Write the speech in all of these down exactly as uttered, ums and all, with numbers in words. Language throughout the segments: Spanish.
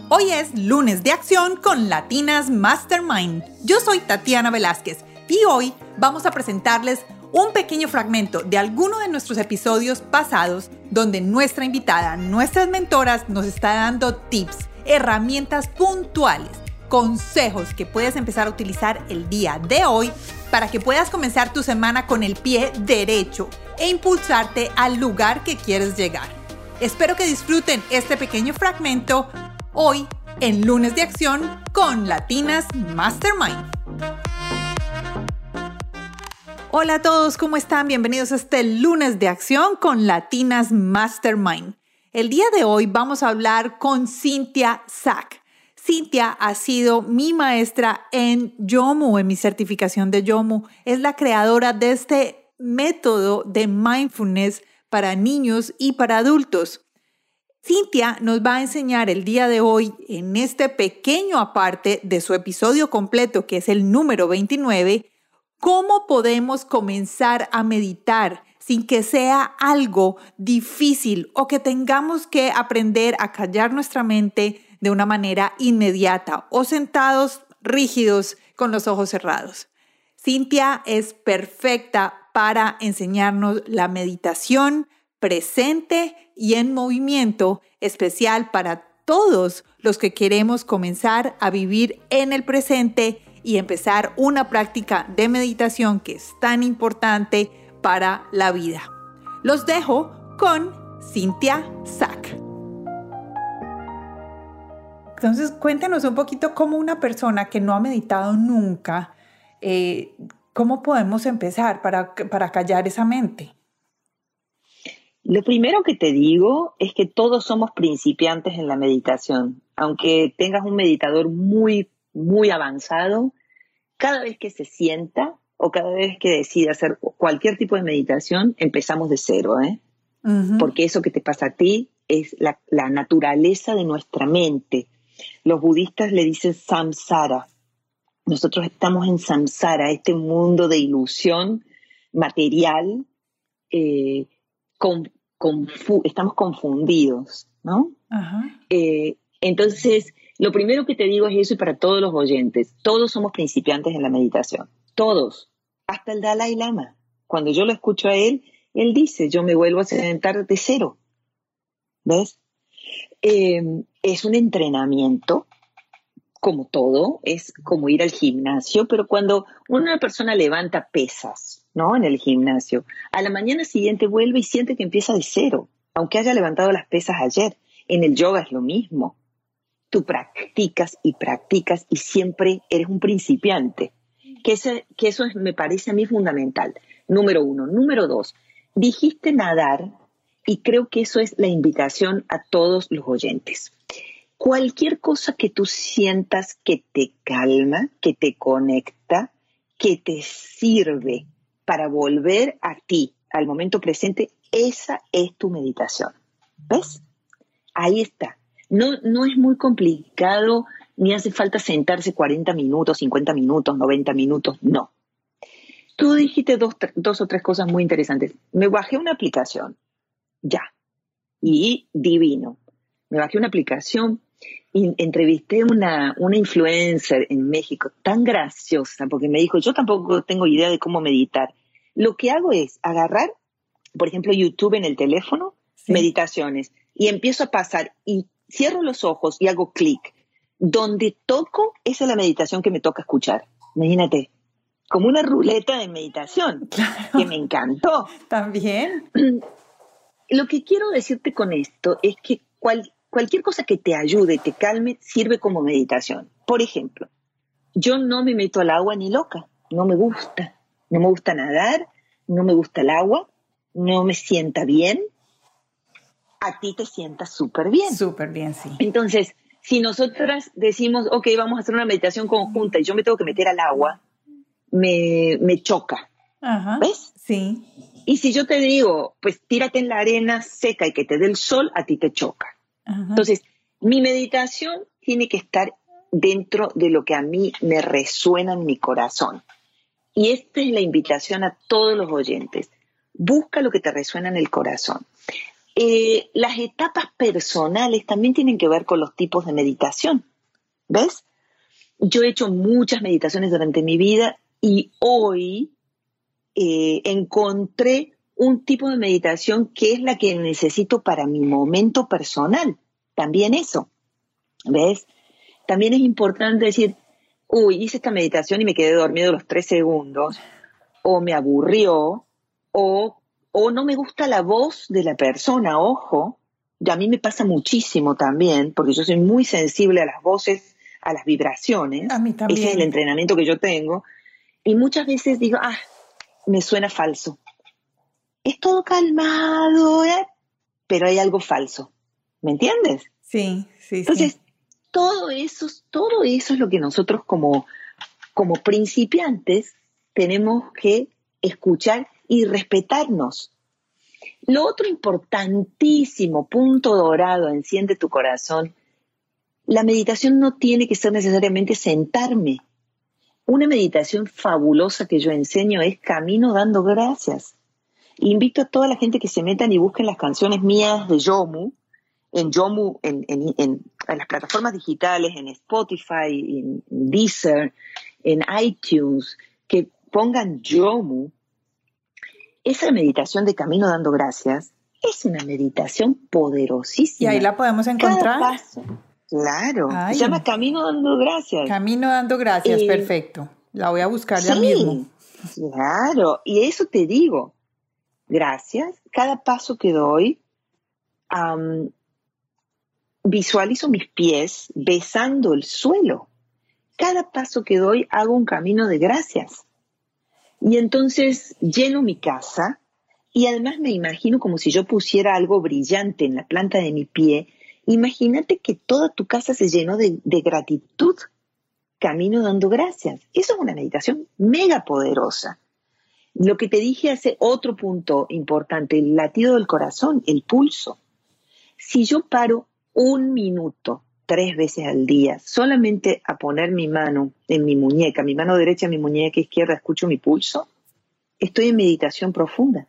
Hoy es lunes de acción con Latinas Mastermind. Yo soy Tatiana Velázquez y hoy vamos a presentarles un pequeño fragmento de alguno de nuestros episodios pasados donde nuestra invitada, nuestras mentoras, nos está dando tips, herramientas puntuales, consejos que puedes empezar a utilizar el día de hoy para que puedas comenzar tu semana con el pie derecho e impulsarte al lugar que quieres llegar. Espero que disfruten este pequeño fragmento hoy en Lunes de Acción con Latinas Mastermind. Hola a todos, ¿cómo están? Bienvenidos a este Lunes de Acción con Latinas Mastermind. El día de hoy vamos a hablar con Cynthia Sack. Cynthia ha sido mi maestra en Yomu, en mi certificación de Yomu. Es la creadora de este método de mindfulness para niños y para adultos. Cynthia nos va a enseñar el día de hoy, en este pequeño aparte de su episodio completo, que es el número veintinueve, cómo podemos comenzar a meditar sin que sea algo difícil o que tengamos que aprender a callar nuestra mente de una manera inmediata o sentados rígidos con los ojos cerrados. Cynthia es perfecta para enseñarnos la meditación presente y en movimiento, especial para todos los que queremos comenzar a vivir en el presente y empezar una práctica de meditación que es tan importante para la vida. Los dejo con Cynthia Sack. Entonces, cuéntanos un poquito cómo una persona que no ha meditado nunca, eh, ¿cómo podemos empezar para, para callar esa mente? Lo primero que te digo es que todos somos principiantes en la meditación. Aunque tengas un meditador muy, muy avanzado, cada vez que se sienta o cada vez que decide hacer cualquier tipo de meditación, empezamos de cero, ¿eh? Uh-huh. Porque eso que te pasa a ti es la, la naturaleza de nuestra mente. Los budistas le dicen samsara. Nosotros estamos en samsara, este mundo de ilusión material, eh, con, confu- estamos confundidos, ¿no? Uh-huh. Eh, entonces, lo primero que te digo es eso, y para todos los oyentes, todos somos principiantes en la meditación, todos, hasta el Dalai Lama. Cuando yo lo escucho a él, él dice, yo me vuelvo a sentar de cero, ¿ves? Eh, es un entrenamiento, como todo, es como ir al gimnasio, pero cuando una persona levanta pesas, ¿no? En el gimnasio, a la mañana siguiente vuelve y siente que empieza de cero, aunque haya levantado las pesas ayer. En el yoga es lo mismo. Tú practicas y practicas y siempre eres un principiante. Que, ese, que eso es, me parece a mí fundamental. Número uno. Número dos, dijiste nadar y creo que eso es la invitación a todos los oyentes. Cualquier cosa que tú sientas que te calma, que te conecta, que te sirve para volver a ti, al momento presente, esa es tu meditación. ¿Ves? Ahí está. No, no es muy complicado, ni hace falta sentarse cuarenta minutos, cincuenta minutos, noventa minutos, no. Tú dijiste dos, dos o tres cosas muy interesantes. Me bajé una aplicación, ya, y divino. Me bajé una aplicación y entrevisté una, una influencer en México tan graciosa, porque me dijo, yo tampoco tengo idea de cómo meditar. Lo que hago es agarrar, por ejemplo, YouTube en el teléfono, sí. Meditaciones, y empiezo a pasar y cierro los ojos y hago clic. Donde toco, esa es la meditación que me toca escuchar. Imagínate, como una ruleta de meditación, claro. Que me encantó. También. Lo que quiero decirte con esto es que cual, cualquier cosa que te ayude, te calme, sirve como meditación. Por ejemplo, yo no me meto al agua ni loca, no me gusta. No me gusta nadar, no me gusta el agua, no me sienta bien. A ti te sienta súper bien. Súper bien, sí. Entonces, si nosotras decimos, ok, vamos a hacer una meditación conjunta y yo me tengo que meter al agua, me, me choca. Ajá. ¿Ves? Sí. Y si yo te digo, pues tírate en la arena seca y que te dé el sol, a ti te choca. Ajá. Entonces, mi meditación tiene que estar dentro de lo que a mí me resuena en mi corazón. Y esta es la invitación a todos los oyentes. Busca lo que te resuena en el corazón. Eh, las etapas personales también tienen que ver con los tipos de meditación, ¿ves? Yo he hecho muchas meditaciones durante mi vida y hoy eh, encontré un tipo de meditación que es la que necesito para mi momento personal. También eso, ¿ves? También es importante decir, uy, hice esta meditación y me quedé dormido los tres segundos, o me aburrió, o, o no me gusta la voz de la persona, ojo, y a mí me pasa muchísimo también, porque yo soy muy sensible a las voces, a las vibraciones. A mí también. Ese es el entrenamiento que yo tengo, y muchas veces digo, ah, me suena falso. Es todo calmado, ¿eh? Pero hay algo falso, ¿me entiendes? Sí, sí, Entonces, sí. todo eso, todo eso es lo que nosotros como, como principiantes tenemos que escuchar y respetarnos. Lo otro importantísimo, punto dorado, enciende tu corazón, la meditación no tiene que ser necesariamente sentarme. Una meditación fabulosa que yo enseño es camino dando gracias. Invito a toda la gente que se metan y busquen las canciones mías de Yomu, en Yomu, en, en, en, en las plataformas digitales, en Spotify, en Deezer, en iTunes, que pongan Yomu. Esa meditación de camino dando gracias es una meditación poderosísima. ¿Y ahí la podemos encontrar? Cada paso, claro, Ay. se llama Camino dando gracias. Camino dando gracias, eh, perfecto. La voy a buscar sí, ya mismo. Claro, y eso te digo, gracias. Cada paso que doy, um, visualizo mis pies besando el suelo. Cada paso que doy hago un camino de gracias. Y entonces lleno mi casa y además me imagino como si yo pusiera algo brillante en la planta de mi pie. Imagínate que toda tu casa se llenó de, de gratitud. Camino dando gracias. Eso es una meditación mega poderosa. Lo que te dije hace otro punto importante, el latido del corazón, el pulso. Si yo paro un minuto, tres veces al día, solamente a poner mi mano en mi muñeca, mi mano derecha en mi muñeca izquierda, escucho mi pulso, estoy en meditación profunda.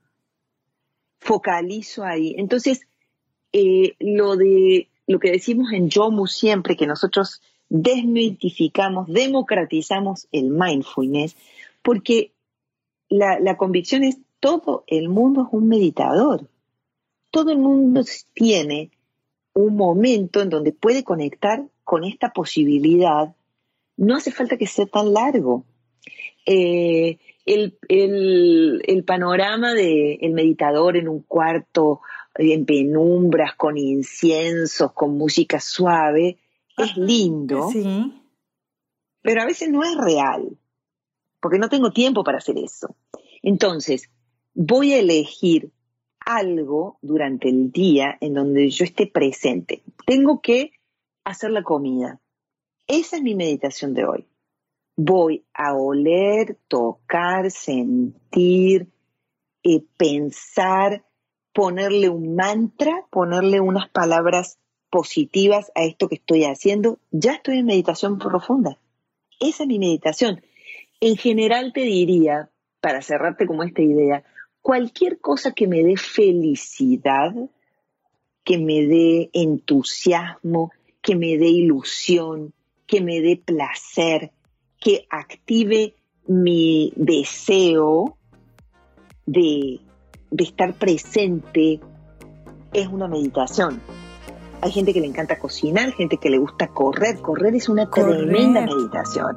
Focalizo ahí. Entonces, eh, lo de lo que decimos en Yomu siempre, que nosotros desmitificamos, democratizamos el mindfulness, porque la, la convicción es todo el mundo es un meditador. Todo el mundo tiene un momento en donde puede conectar con esta posibilidad. No hace falta que sea tan largo. Eh, el, el, el panorama del meditador en un cuarto en penumbras, con inciensos, con música suave, ah, es lindo, sí, pero a veces no es real, porque no tengo tiempo para hacer eso. Entonces, voy a elegir algo durante el día en donde yo esté presente. Tengo que hacer la comida. Esa es mi meditación de hoy. Voy a oler, tocar, sentir, eh, pensar, ponerle un mantra, ponerle unas palabras positivas a esto que estoy haciendo. Ya estoy en meditación profunda. Esa es mi meditación. En general te diría, para cerrarte como esta idea, cualquier cosa que me dé felicidad, que me dé entusiasmo, que me dé ilusión, que me dé placer, que active mi deseo de, de estar presente, es una meditación. Hay gente que le encanta cocinar, gente que le gusta correr. Correr es una Correr. tremenda meditación.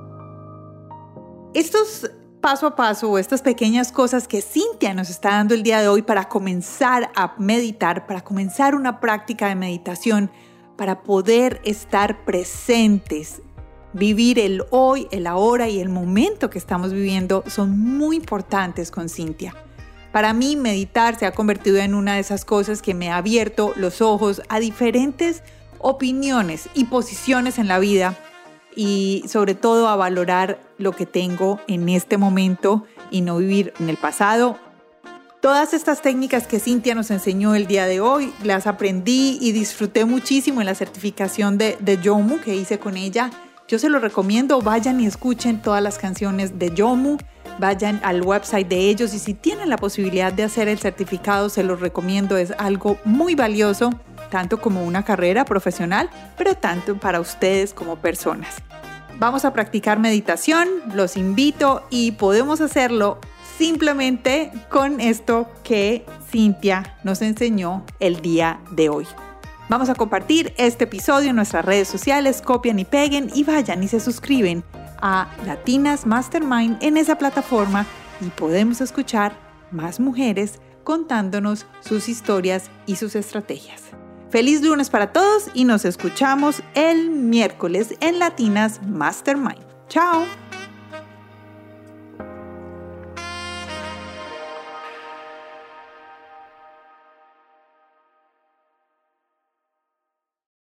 Estos paso a paso, estas pequeñas cosas que Cintia nos está dando el día de hoy para comenzar a meditar, para comenzar una práctica de meditación, para poder estar presentes, vivir el hoy, el ahora y el momento que estamos viviendo, son muy importantes con Cintia. Para mí, meditar se ha convertido en una de esas cosas que me ha abierto los ojos a diferentes opiniones y posiciones en la vida, y sobre todo a valorar lo que tengo en este momento y no vivir en el pasado. Todas estas técnicas que Cintia nos enseñó el día de hoy las aprendí y disfruté muchísimo en la certificación de, de Yomu que hice con ella. Yo se lo recomiendo, vayan y escuchen todas las canciones de Yomu. Vayan al website de ellos y si tienen la posibilidad de hacer el certificado, se los recomiendo. Es algo muy valioso, tanto como una carrera profesional, pero tanto para ustedes como personas. Vamos a practicar meditación, los invito y podemos hacerlo simplemente con esto que Cintia nos enseñó el día de hoy. Vamos a compartir este episodio en nuestras redes sociales, copian y peguen y vayan y se suscriben a Latinas Mastermind en esa plataforma y podemos escuchar más mujeres contándonos sus historias y sus estrategias. Feliz lunes para todos y nos escuchamos el miércoles en Latinas Mastermind. ¡Chao!